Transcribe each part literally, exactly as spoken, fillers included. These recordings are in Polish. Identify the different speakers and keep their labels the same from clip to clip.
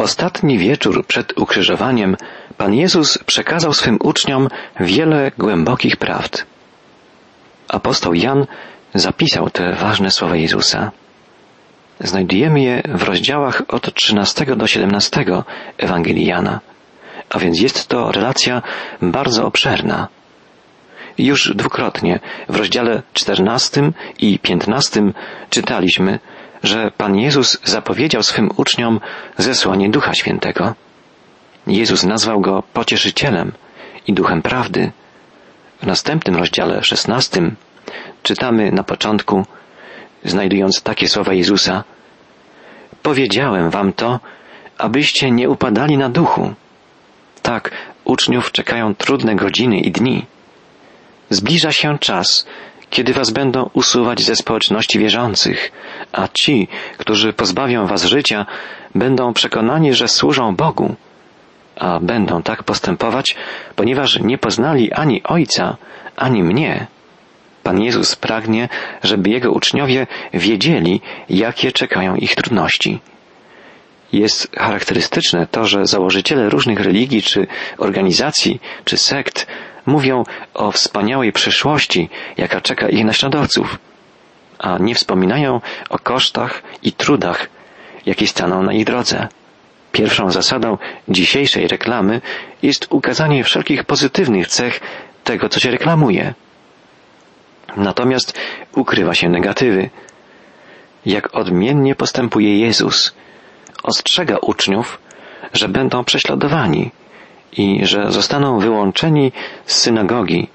Speaker 1: ostatni wieczór przed ukrzyżowaniem Pan Jezus przekazał swym uczniom wiele głębokich prawd. Apostoł Jan zapisał te ważne słowa Jezusa. Znajdujemy je w rozdziałach od trzynastego do siedemnastego Ewangelii Jana, a więc jest to relacja bardzo obszerna. Już dwukrotnie w rozdziale czternastym i piętnastym czytaliśmy, że Pan Jezus zapowiedział swym uczniom zesłanie Ducha Świętego. Jezus nazwał Go Pocieszycielem i Duchem Prawdy. W następnym rozdziale szesnastym czytamy na początku, znajdując takie słowa Jezusa: powiedziałem wam to, abyście nie upadali na duchu. Tak, uczniów czekają trudne godziny i dni. Zbliża się czas, kiedy was będą usuwać ze społeczności wierzących, a ci, którzy pozbawią was życia, będą przekonani, że służą Bogu, a będą tak postępować, ponieważ nie poznali ani Ojca, ani mnie. Pan Jezus pragnie, żeby Jego uczniowie wiedzieli, jakie czekają ich trudności. Jest charakterystyczne to, że założyciele różnych religii, czy organizacji, czy sekt mówią o wspaniałej przyszłości, jaka czeka ich naśladowców, a nie wspominają o kosztach i trudach, jakie staną na ich drodze. Pierwszą zasadą dzisiejszej reklamy jest ukazanie wszelkich pozytywnych cech tego, co się reklamuje. Natomiast ukrywa się negatywy. Jak odmiennie postępuje Jezus. Ostrzega uczniów, że będą prześladowani i że zostaną wyłączeni z synagogi.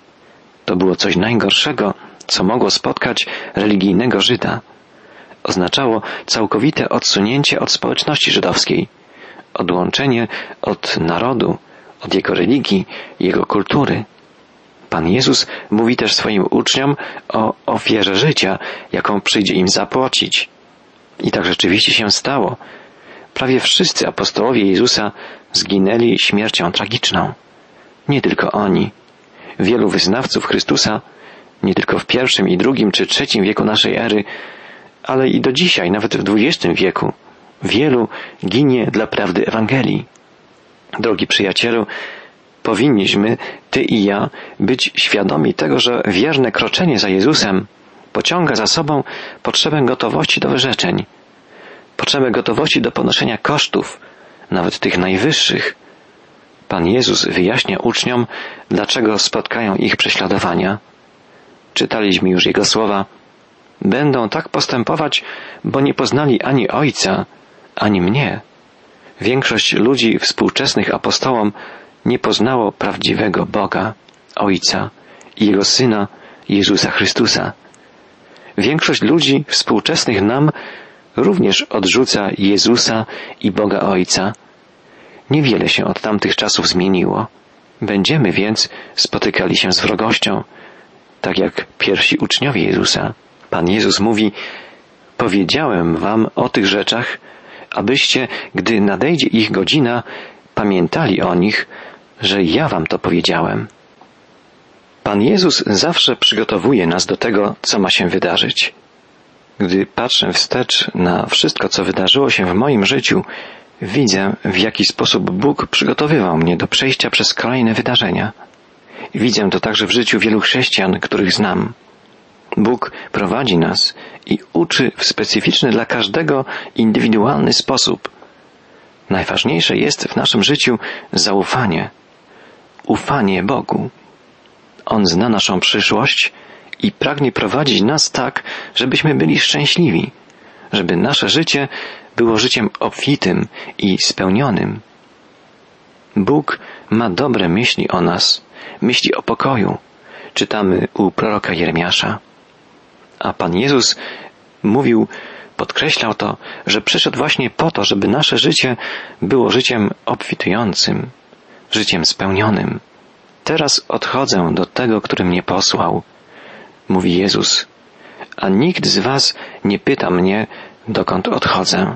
Speaker 1: To było coś najgorszego, co mogło spotkać religijnego Żyda. Oznaczało całkowite odsunięcie od społeczności żydowskiej, odłączenie od narodu, od jego religii, jego kultury. Pan Jezus mówi też swoim uczniom o ofierze życia, jaką przyjdzie im zapłacić. I tak rzeczywiście się stało. Prawie wszyscy apostołowie Jezusa zginęli śmiercią tragiczną. Nie tylko oni. Wielu wyznawców Chrystusa, nie tylko w pierwszym i drugim czy trzecim wieku naszej ery, ale i do dzisiaj, nawet w dwudziestym wieku, wielu ginie dla prawdy Ewangelii. Drogi przyjacielu, powinniśmy, ty i ja, być świadomi tego, że wierne kroczenie za Jezusem pociąga za sobą potrzebę gotowości do wyrzeczeń, potrzebę gotowości do ponoszenia kosztów, nawet tych najwyższych. Pan Jezus wyjaśnia uczniom, dlaczego spotkają ich prześladowania. Czytaliśmy już Jego słowa: będą tak postępować, bo nie poznali ani Ojca, ani mnie. Większość ludzi współczesnych apostołom nie poznało prawdziwego Boga, Ojca i Jego Syna, Jezusa Chrystusa. Większość ludzi współczesnych nam również odrzuca Jezusa i Boga Ojca. Niewiele się od tamtych czasów zmieniło. Będziemy więc spotykali się z wrogością, tak jak pierwsi uczniowie Jezusa. Pan Jezus mówi: powiedziałem wam o tych rzeczach, abyście, gdy nadejdzie ich godzina, pamiętali o nich, że ja wam to powiedziałem. Pan Jezus zawsze przygotowuje nas do tego, co ma się wydarzyć. Gdy patrzę wstecz na wszystko, co wydarzyło się w moim życiu, widzę, w jaki sposób Bóg przygotowywał mnie do przejścia przez kolejne wydarzenia. Widzę to także w życiu wielu chrześcijan, których znam. Bóg prowadzi nas i uczy w specyficzny dla każdego indywidualny sposób. Najważniejsze jest w naszym życiu zaufanie, ufanie Bogu. On zna naszą przyszłość i pragnie prowadzić nas tak, żebyśmy byli szczęśliwi, żeby nasze życie było życiem obfitym i spełnionym. Bóg ma dobre myśli o nas, myśli o pokoju. Czytamy u proroka Jeremiasza. A Pan Jezus mówił, podkreślał to, że przyszedł właśnie po to, żeby nasze życie było życiem obfitującym, życiem spełnionym. Teraz odchodzę do tego, który mnie posłał, mówi Jezus, a nikt z was nie pyta mnie, dokąd odchodzę.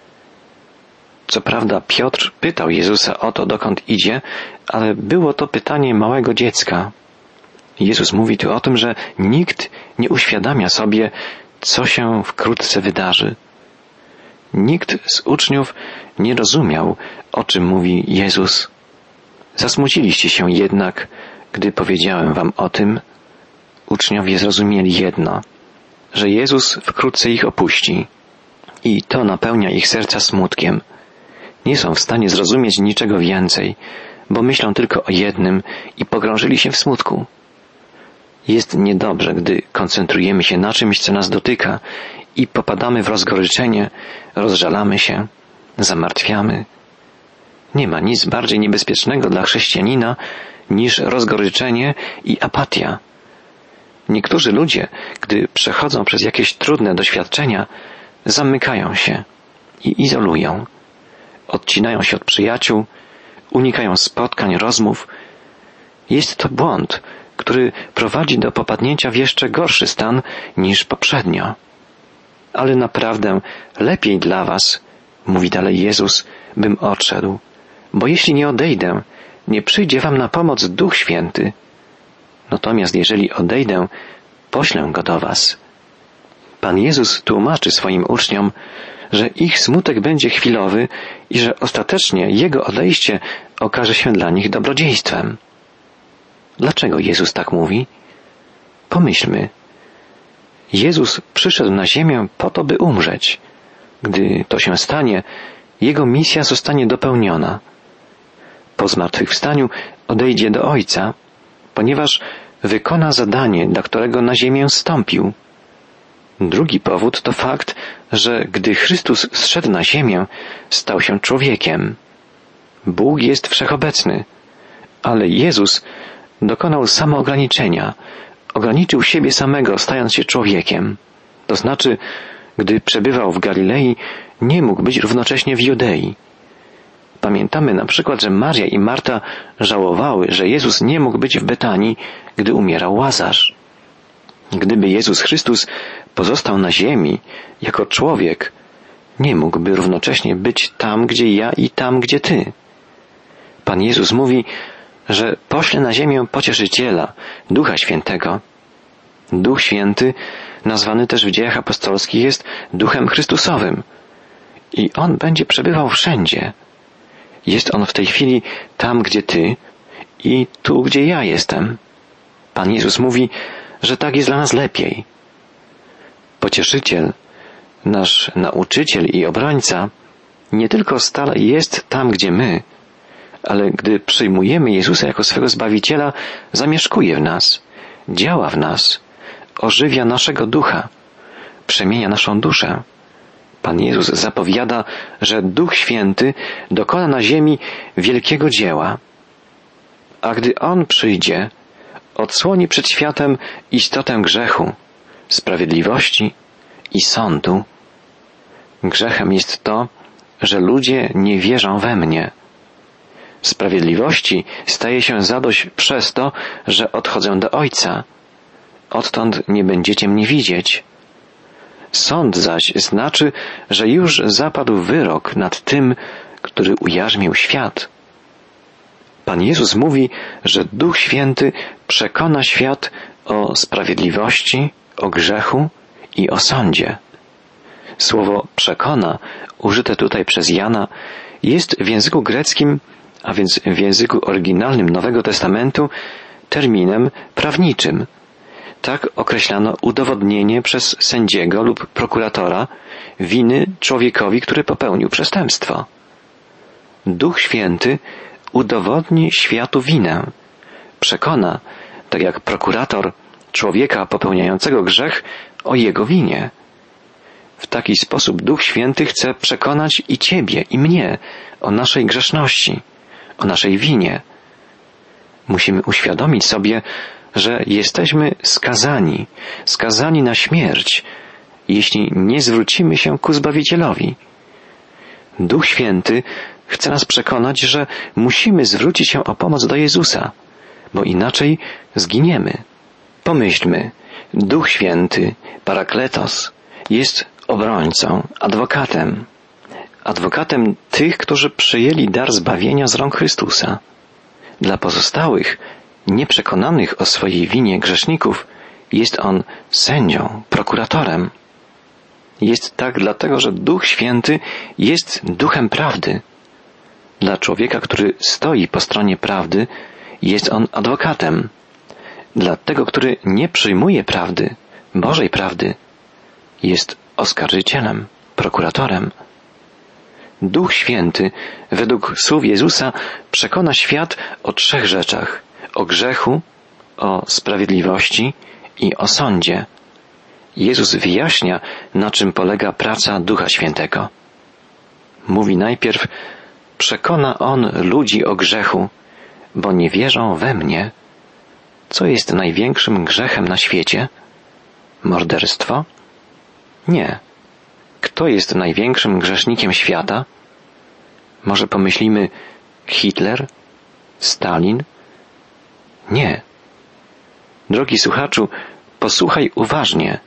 Speaker 1: Co prawda Piotr pytał Jezusa o to, dokąd idzie, ale było to pytanie małego dziecka. Jezus mówi tu o tym, że nikt nie uświadamia sobie, co się wkrótce wydarzy. Nikt z uczniów nie rozumiał, o czym mówi Jezus. Zasmuciliście się jednak, gdy powiedziałem wam o tym. Uczniowie zrozumieli jedno, że Jezus wkrótce ich opuści i to napełnia ich serca smutkiem. Nie są w stanie zrozumieć niczego więcej, bo myślą tylko o jednym i pogrążyli się w smutku. Jest niedobrze, gdy koncentrujemy się na czymś, co nas dotyka i popadamy w rozgoryczenie, rozżalamy się, zamartwiamy. Nie ma nic bardziej niebezpiecznego dla chrześcijanina niż rozgoryczenie i apatia. Niektórzy ludzie, gdy przechodzą przez jakieś trudne doświadczenia, zamykają się i izolują. Odcinają się od przyjaciół, unikają spotkań, rozmów. Jest to błąd, który prowadzi do popadnięcia w jeszcze gorszy stan niż poprzednio. Ale naprawdę lepiej dla was, mówi dalej Jezus, bym odszedł, bo jeśli nie odejdę, nie przyjdzie wam na pomoc Duch Święty. Natomiast jeżeli odejdę, poślę go do was. Pan Jezus tłumaczy swoim uczniom, że ich smutek będzie chwilowy i że ostatecznie Jego odejście okaże się dla nich dobrodziejstwem. Dlaczego Jezus tak mówi? Pomyślmy. Jezus przyszedł na ziemię po to, by umrzeć. Gdy to się stanie, Jego misja zostanie dopełniona. Po zmartwychwstaniu odejdzie do Ojca, ponieważ wykona zadanie, dla którego na ziemię zstąpił. Drugi powód to fakt, że gdy Chrystus zszedł na ziemię, stał się człowiekiem. Bóg jest wszechobecny, ale Jezus dokonał samoograniczenia, ograniczył siebie samego, stając się człowiekiem. To znaczy, gdy przebywał w Galilei, nie mógł być równocześnie w Judei. Pamiętamy na przykład, że Maria i Marta żałowały, że Jezus nie mógł być w Betanii, gdy umierał Łazarz. Gdyby Jezus Chrystus pozostał na ziemi jako człowiek, nie mógłby równocześnie być tam, gdzie ja i tam, gdzie ty. Pan Jezus mówi, że pośle na ziemię Pocieszyciela, Ducha Świętego. Duch Święty, nazwany też w Dziejach Apostolskich, jest Duchem Chrystusowym i On będzie przebywał wszędzie. Jest On w tej chwili tam, gdzie ty i tu, gdzie ja jestem. Pan Jezus mówi, że tak jest dla nas lepiej. Pocieszyciel, nasz nauczyciel i obrońca, nie tylko stale jest tam, gdzie my, ale gdy przyjmujemy Jezusa jako swego Zbawiciela, zamieszkuje w nas, działa w nas, ożywia naszego ducha, przemienia naszą duszę. Pan Jezus zapowiada, że Duch Święty dokona na ziemi wielkiego dzieła. A gdy On przyjdzie, odsłoni przed światem istotę grzechu, sprawiedliwości i sądu. Grzechem jest to, że ludzie nie wierzą we mnie. Sprawiedliwości staje się zadość przez to, że odchodzę do Ojca. Odtąd nie będziecie mnie widzieć. Sąd zaś znaczy, że już zapadł wyrok nad tym, który ujarzmił świat. Pan Jezus mówi, że Duch Święty przekona świat o sprawiedliwości, o grzechu i o sądzie. Słowo przekona, użyte tutaj przez Jana, jest w języku greckim, a więc w języku oryginalnym Nowego Testamentu, terminem prawniczym. Tak określano udowodnienie przez sędziego lub prokuratora winy człowiekowi, który popełnił przestępstwo. Duch Święty udowodni światu winę. Przekona, tak jak prokurator, człowieka popełniającego grzech o jego winie. W taki sposób Duch Święty chce przekonać i ciebie, i mnie o naszej grzeszności, o naszej winie. Musimy uświadomić sobie, że jesteśmy skazani, skazani na śmierć, jeśli nie zwrócimy się ku Zbawicielowi. Duch Święty chce nas przekonać, że musimy zwrócić się o pomoc do Jezusa, bo inaczej zginiemy. Pomyślmy, Duch Święty, Parakletos, jest obrońcą, adwokatem. Adwokatem tych, którzy przyjęli dar zbawienia z rąk Chrystusa. Dla pozostałych, nieprzekonanych o swojej winie grzeszników, jest On sędzią, prokuratorem. Jest tak dlatego, że Duch Święty jest duchem prawdy. Dla człowieka, który stoi po stronie prawdy, jest on adwokatem. Dla tego, który nie przyjmuje prawdy, Bożej prawdy, jest oskarżycielem, prokuratorem. Duch Święty, według słów Jezusa, przekona świat o trzech rzeczach: o grzechu, o sprawiedliwości i o sądzie. Jezus wyjaśnia, na czym polega praca Ducha Świętego. Mówi najpierw: przekona On ludzi o grzechu, bo nie wierzą we mnie. Co jest największym grzechem na świecie? Morderstwo? Nie. Kto jest największym grzesznikiem świata? Może pomyślimy Hitler? Stalin? Nie. Drogi słuchaczu, posłuchaj uważnie.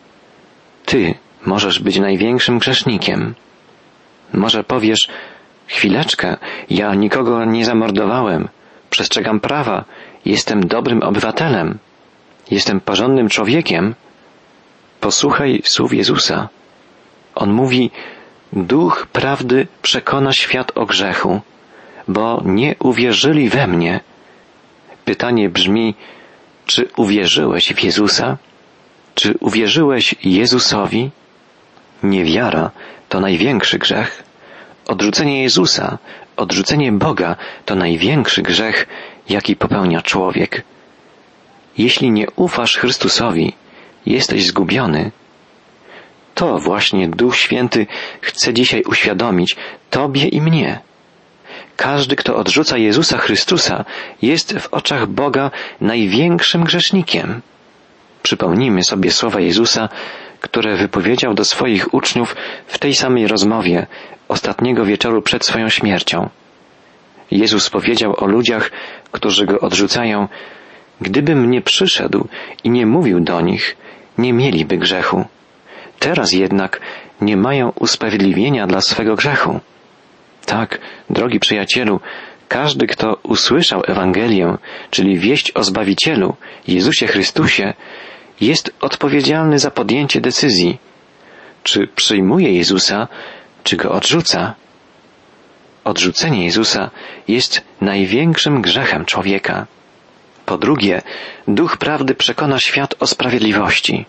Speaker 1: Ty możesz być największym grzesznikiem. Może powiesz: chwileczkę, ja nikogo nie zamordowałem, przestrzegam prawa, jestem dobrym obywatelem, jestem porządnym człowiekiem. Posłuchaj słów Jezusa. On mówi: Duch prawdy przekona świat o grzechu, bo nie uwierzyli we mnie. Pytanie brzmi: czy uwierzyłeś w Jezusa? Czy uwierzyłeś Jezusowi? Niewiara to największy grzech. Odrzucenie Jezusa, odrzucenie Boga to największy grzech, jaki popełnia człowiek. Jeśli nie ufasz Chrystusowi, jesteś zgubiony. To właśnie Duch Święty chce dzisiaj uświadomić Tobie i mnie. Każdy, kto odrzuca Jezusa Chrystusa, jest w oczach Boga największym grzesznikiem. Przypomnijmy sobie słowa Jezusa, które wypowiedział do swoich uczniów w tej samej rozmowie ostatniego wieczoru przed swoją śmiercią. Jezus powiedział o ludziach, którzy Go odrzucają: gdybym nie przyszedł i nie mówił do nich, nie mieliby grzechu. Teraz jednak nie mają usprawiedliwienia dla swego grzechu. Tak, drogi przyjacielu, każdy, kto usłyszał Ewangelię, czyli wieść o Zbawicielu, Jezusie Chrystusie, jest odpowiedzialny za podjęcie decyzji, czy przyjmuje Jezusa, czy Go odrzuca. Odrzucenie Jezusa jest największym grzechem człowieka. Po drugie, Duch Prawdy przekona świat o sprawiedliwości.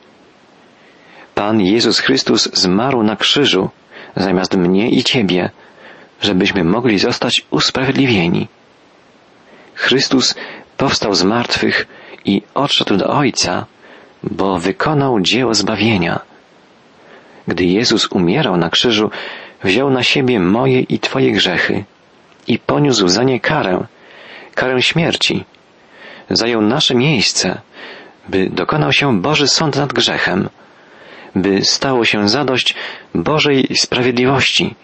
Speaker 1: Pan Jezus Chrystus zmarł na krzyżu zamiast mnie i Ciebie, żebyśmy mogli zostać usprawiedliwieni. Chrystus powstał z martwych i odszedł do Ojca, bo wykonał dzieło zbawienia. Gdy Jezus umierał na krzyżu, wziął na siebie moje i Twoje grzechy i poniósł za nie karę, karę śmierci. Zajął nasze miejsce, by dokonał się Boży sąd nad grzechem, by stało się zadość Bożej sprawiedliwości.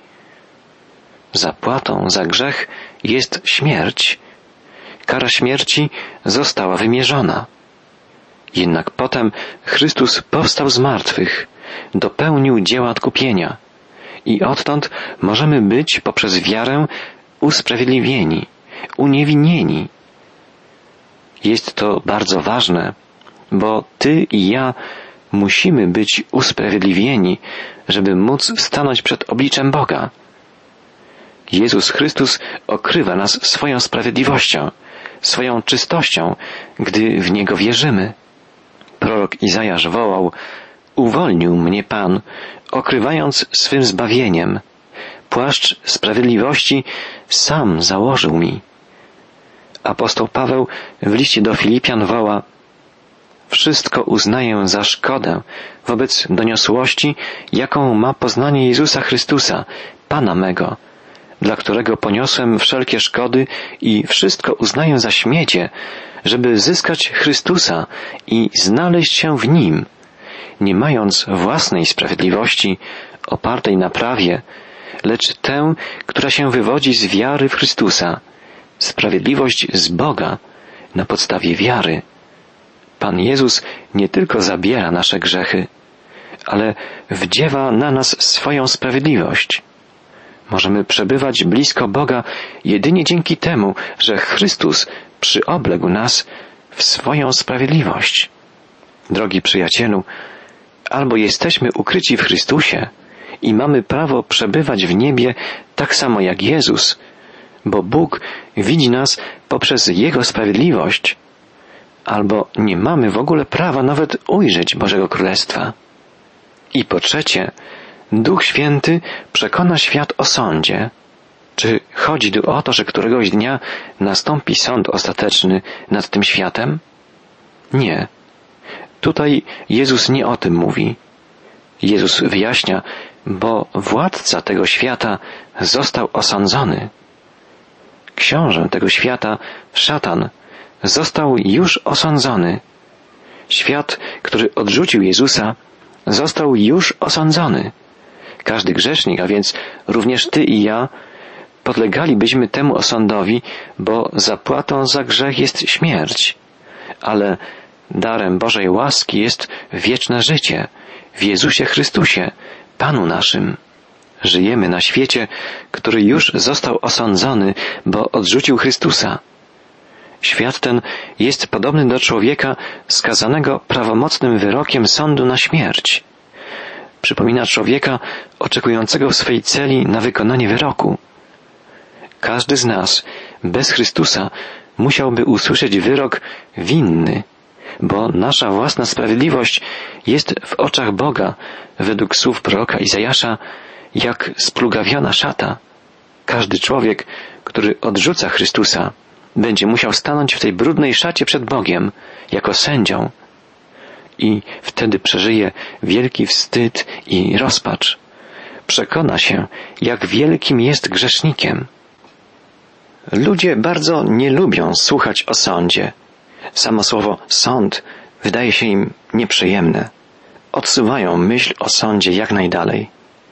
Speaker 1: Zapłatą za grzech jest śmierć. Kara śmierci została wymierzona. Jednak potem Chrystus powstał z martwych, dopełnił dzieła odkupienia i odtąd możemy być poprzez wiarę usprawiedliwieni, uniewinnieni. Jest to bardzo ważne, bo Ty i ja musimy być usprawiedliwieni, żeby móc stanąć przed obliczem Boga. Jezus Chrystus okrywa nas swoją sprawiedliwością, swoją czystością, gdy w Niego wierzymy. Prorok Izajasz wołał: uwolnił mnie Pan, okrywając swym zbawieniem. Płaszcz sprawiedliwości sam założył mi. Apostoł Paweł w liście do Filipian woła: wszystko uznaję za szkodę wobec doniosłości, jaką ma poznanie Jezusa Chrystusa, Pana mego, dla którego poniosłem wszelkie szkody i wszystko uznaję za śmiecie, żeby zyskać Chrystusa i znaleźć się w Nim, nie mając własnej sprawiedliwości opartej na prawie, lecz tę, która się wywodzi z wiary w Chrystusa, sprawiedliwość z Boga na podstawie wiary. Pan Jezus nie tylko zabiera nasze grzechy, ale wdziewa na nas swoją sprawiedliwość. Możemy przebywać blisko Boga jedynie dzięki temu, że Chrystus przyobległ nas w swoją sprawiedliwość. Drogi przyjacielu, Albo jesteśmy ukryci w Chrystusie i mamy prawo przebywać w niebie tak samo jak Jezus, bo Bóg widzi nas poprzez Jego sprawiedliwość, albo nie mamy w ogóle prawa nawet ujrzeć Bożego Królestwa. I po trzecie, Duch Święty przekona świat o sądzie. Czy chodzi tu o to, że któregoś dnia nastąpi sąd ostateczny nad tym światem? Nie. Tutaj Jezus nie o tym mówi. Jezus wyjaśnia, bo władca tego świata został osądzony. Książę tego świata, szatan, został już osądzony. Świat, który odrzucił Jezusa, został już osądzony. Każdy grzesznik, a więc również ty i ja, podlegalibyśmy temu osądowi, bo zapłatą za grzech jest śmierć. Ale darem Bożej łaski jest wieczne życie w Jezusie Chrystusie, Panu naszym. Żyjemy na świecie, który już został osądzony, bo odrzucił Chrystusa. Świat ten jest podobny do człowieka skazanego prawomocnym wyrokiem sądu na śmierć. Przypomina człowieka oczekującego w swej celi na wykonanie wyroku. Każdy z nas bez Chrystusa musiałby usłyszeć wyrok winny, bo nasza własna sprawiedliwość jest w oczach Boga, według słów proroka Izajasza, jak splugawiona szata. Każdy człowiek, który odrzuca Chrystusa, będzie musiał stanąć w tej brudnej szacie przed Bogiem, jako sędzią. I wtedy przeżyje wielki wstyd i rozpacz. Przekona się, jak wielkim jest grzesznikiem. Ludzie bardzo nie lubią słuchać o sądzie. Samo słowo sąd wydaje się im nieprzyjemne. Odsuwają myśl o sądzie jak najdalej.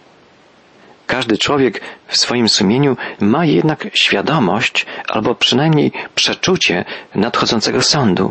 Speaker 1: Każdy człowiek w swoim sumieniu ma jednak świadomość albo przynajmniej przeczucie nadchodzącego sądu.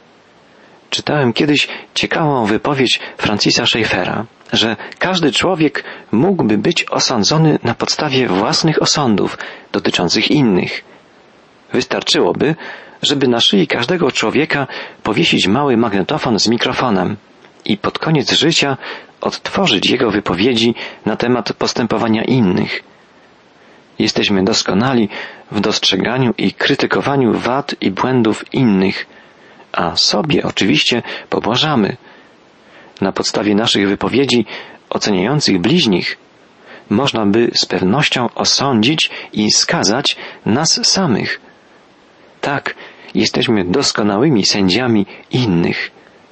Speaker 1: Czytałem kiedyś ciekawą wypowiedź Francisa Schaeffera, że każdy człowiek mógłby być osądzony na podstawie własnych osądów dotyczących innych. Wystarczyłoby, żeby na szyi każdego człowieka powiesić mały magnetofon z mikrofonem i pod koniec życia odtworzyć jego wypowiedzi na temat postępowania innych. Jesteśmy doskonali w dostrzeganiu i krytykowaniu wad i błędów innych, a sobie oczywiście pobłażamy. Na podstawie naszych wypowiedzi oceniających bliźnich można by z pewnością osądzić i skazać nas samych. Tak, jesteśmy doskonałymi sędziami innych.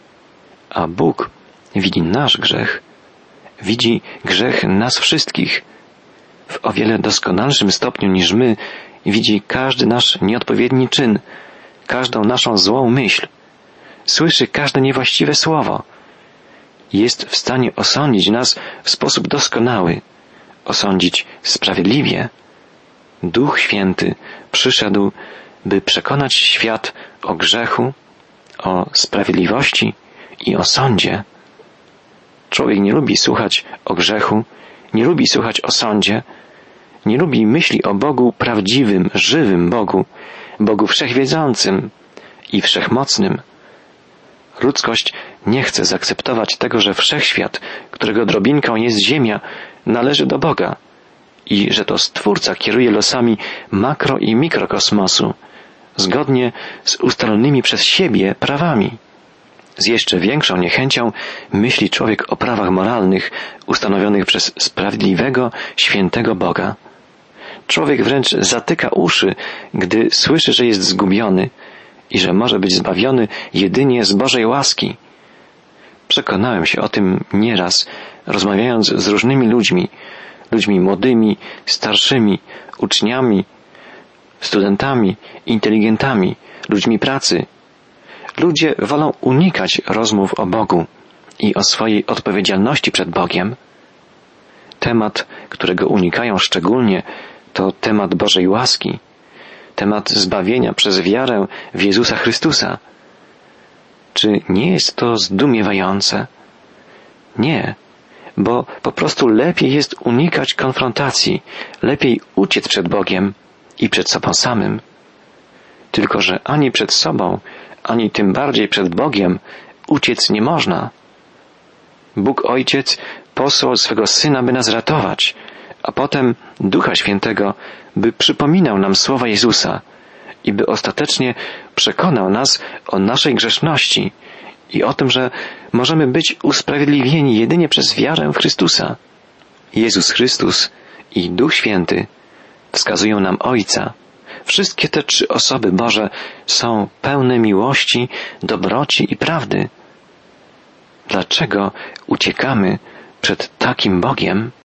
Speaker 1: A Bóg widzi nasz grzech, widzi grzech nas wszystkich. W o wiele doskonalszym stopniu niż my widzi każdy nasz nieodpowiedni czyn, każdą naszą złą myśl. Słyszy każde niewłaściwe słowo. Jest w stanie osądzić nas w sposób doskonały, osądzić sprawiedliwie. Duch Święty przyszedł, by przekonać świat o grzechu, o sprawiedliwości i o sądzie. Człowiek nie lubi słuchać o grzechu, nie lubi słuchać o sądzie, nie lubi myśli o Bogu prawdziwym, żywym Bogu, Bogu wszechwiedzącym i wszechmocnym. Ludzkość nie chce zaakceptować tego, że wszechświat, którego drobinką jest Ziemia, należy do Boga i że to Stwórca kieruje losami makro- i mikrokosmosu, zgodnie z ustalonymi przez siebie prawami. Z jeszcze większą niechęcią myśli człowiek o prawach moralnych ustanowionych przez sprawiedliwego, świętego Boga. Człowiek wręcz zatyka uszy, gdy słyszy, że jest zgubiony i że może być zbawiony jedynie z Bożej łaski. Przekonałem się o tym nieraz, rozmawiając z różnymi ludźmi, ludźmi młodymi, starszymi, uczniami, studentami, inteligentami, ludźmi pracy. Ludzie wolą unikać rozmów o Bogu i o swojej odpowiedzialności przed Bogiem. Temat, którego unikają szczególnie, to temat Bożej łaski, temat zbawienia przez wiarę w Jezusa Chrystusa. Czy nie jest to zdumiewające? Nie, bo po prostu lepiej jest unikać konfrontacji, lepiej uciec przed Bogiem i przed sobą samym. Tylko że ani przed sobą, ani tym bardziej przed Bogiem uciec nie można. Bóg Ojciec posłał swego Syna, by nas ratować, a potem Ducha Świętego, by przypominał nam słowa Jezusa i by ostatecznie przekonał nas o naszej grzeszności i o tym, że możemy być usprawiedliwieni jedynie przez wiarę w Chrystusa. Jezus Chrystus i Duch Święty wskazują nam Ojca. Wszystkie te trzy osoby Boże są pełne miłości, dobroci i prawdy. Dlaczego uciekamy przed takim Bogiem?